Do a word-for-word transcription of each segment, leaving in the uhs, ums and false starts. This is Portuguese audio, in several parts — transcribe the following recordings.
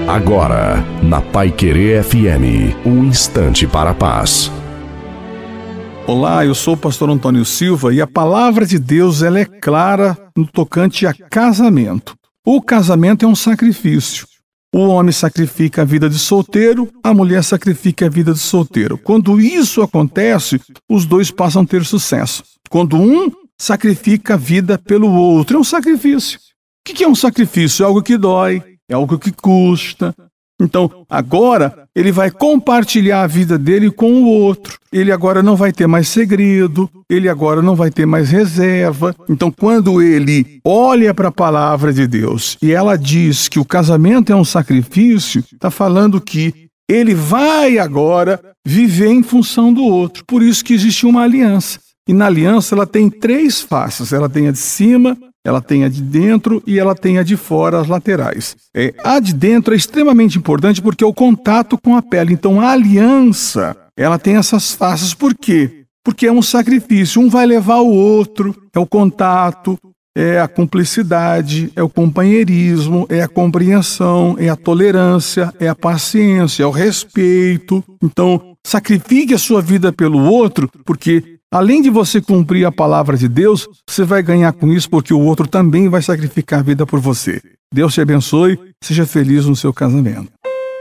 Agora, na Paiquerê F M, um instante para a paz. Olá, eu sou o pastor Antônio Silva e a palavra de Deus ela é clara no tocante a casamento. O casamento é um sacrifício. O homem sacrifica a vida de solteiro, a mulher sacrifica a vida de solteiro. Quando isso acontece, os dois passam a ter sucesso. Quando um sacrifica a vida pelo outro, é um sacrifício. O que é um sacrifício? É algo que dói, é algo que custa. Então, agora, ele vai compartilhar a vida dele com o outro. Ele agora não vai ter mais segredo, ele agora não vai ter mais reserva. Então, quando ele olha para a palavra de Deus e ela diz que o casamento é um sacrifício, está falando que ele vai agora viver em função do outro. Por isso que existe uma aliança. E na aliança ela tem três faces. Ela tem a de cima, ela tem a de dentro e ela tem a de fora, as laterais. É, a de dentro é extremamente importante porque é o contato com a pele. Então a aliança, ela tem essas faces. Por quê? Porque é um sacrifício. Um vai levar o outro, é o contato, é a cumplicidade, é o companheirismo, é a compreensão, é a tolerância, é a paciência, é o respeito. Então, sacrifique a sua vida pelo outro, porque além de você cumprir a palavra de Deus, você vai ganhar com isso porque o outro também vai sacrificar a vida por você. Deus te abençoe, seja feliz no seu casamento.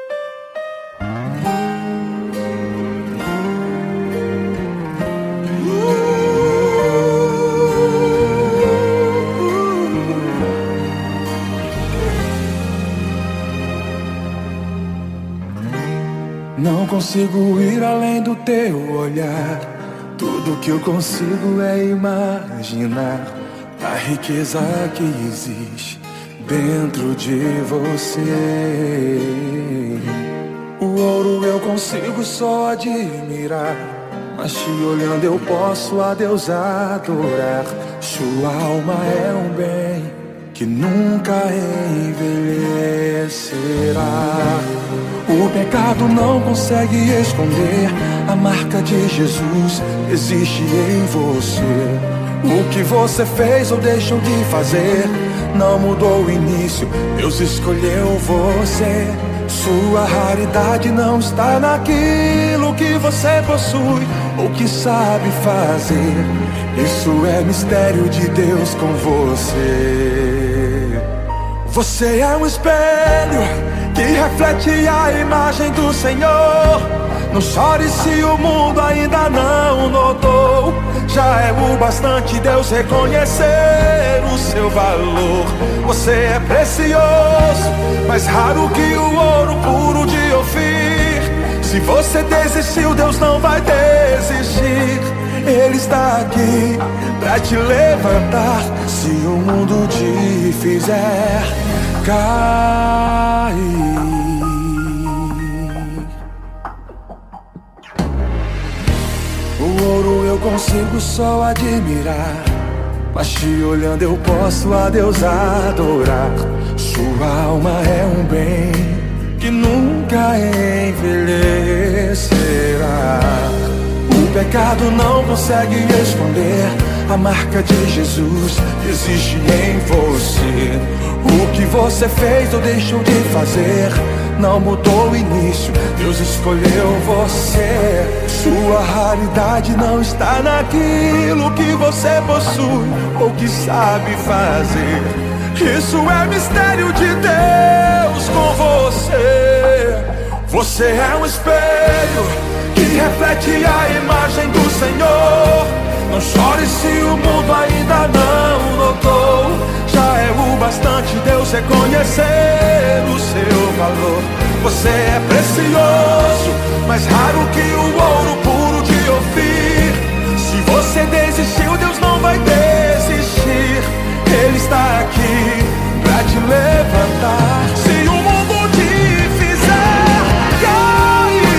Não consigo ir além do teu olhar. Tudo que eu consigo é imaginar a riqueza que existe dentro de você. O ouro eu consigo só admirar, mas te olhando eu posso a Deus adorar. Sua alma é um bem que nunca envelhecerá. O pecado não consegue esconder a marca de Jesus existe em você. O que você fez ou deixou de fazer não mudou o início, Deus escolheu você. Sua raridade não está naquilo que você possui ou que sabe fazer. Isso é mistério de Deus com você. Você é um espelho que reflete a imagem do Senhor. Não chore se o mundo ainda não notou. Já é o bastante Deus reconhecer o seu valor. Você é precioso, mais raro que o ouro puro de Ofir. Se você desistiu, Deus não vai desistir. Ele está aqui pra te levantar se o mundo te fizer cair. O ouro eu consigo só admirar, mas te olhando eu posso a Deus adorar. Sua alma é um bem que nunca envelhecerá. O pecado não consegue esconder a marca de Jesus existe em você. O que você fez ou deixou de fazer não mudou o início, Deus escolheu você. Sua raridade não está naquilo que você possui ou que sabe fazer. Isso é mistério de Deus com você. Você é um espelho que reflete a imagem do Senhor. Não chore se o mundo ainda não notou. Já é o bastante Deus reconhecer o seu valor. Você é precioso, mais raro que o ouro puro de Ofir. Se você desistiu, Deus não vai desistir. Ele está aqui pra te levantar se o mundo te fizer cair.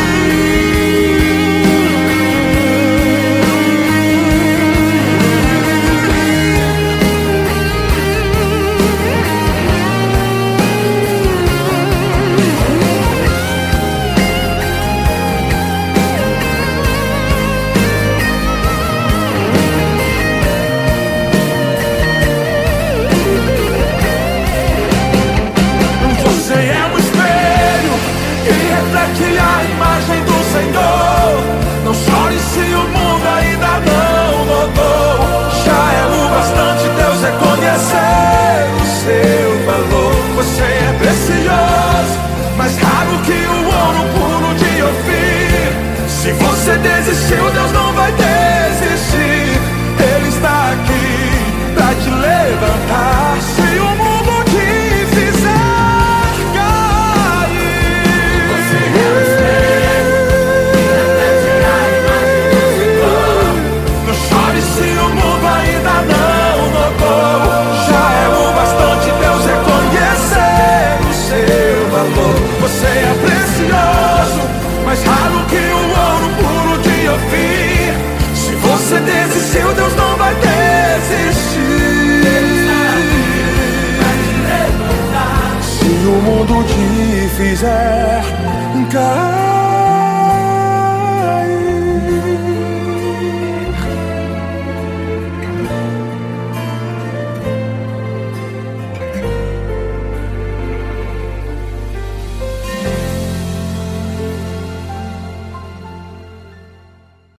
Você é precioso, mais raro que o ouro puro de Ofir. Se você desistiu, Deus não vai desistir. Se o mundo te fizer cair,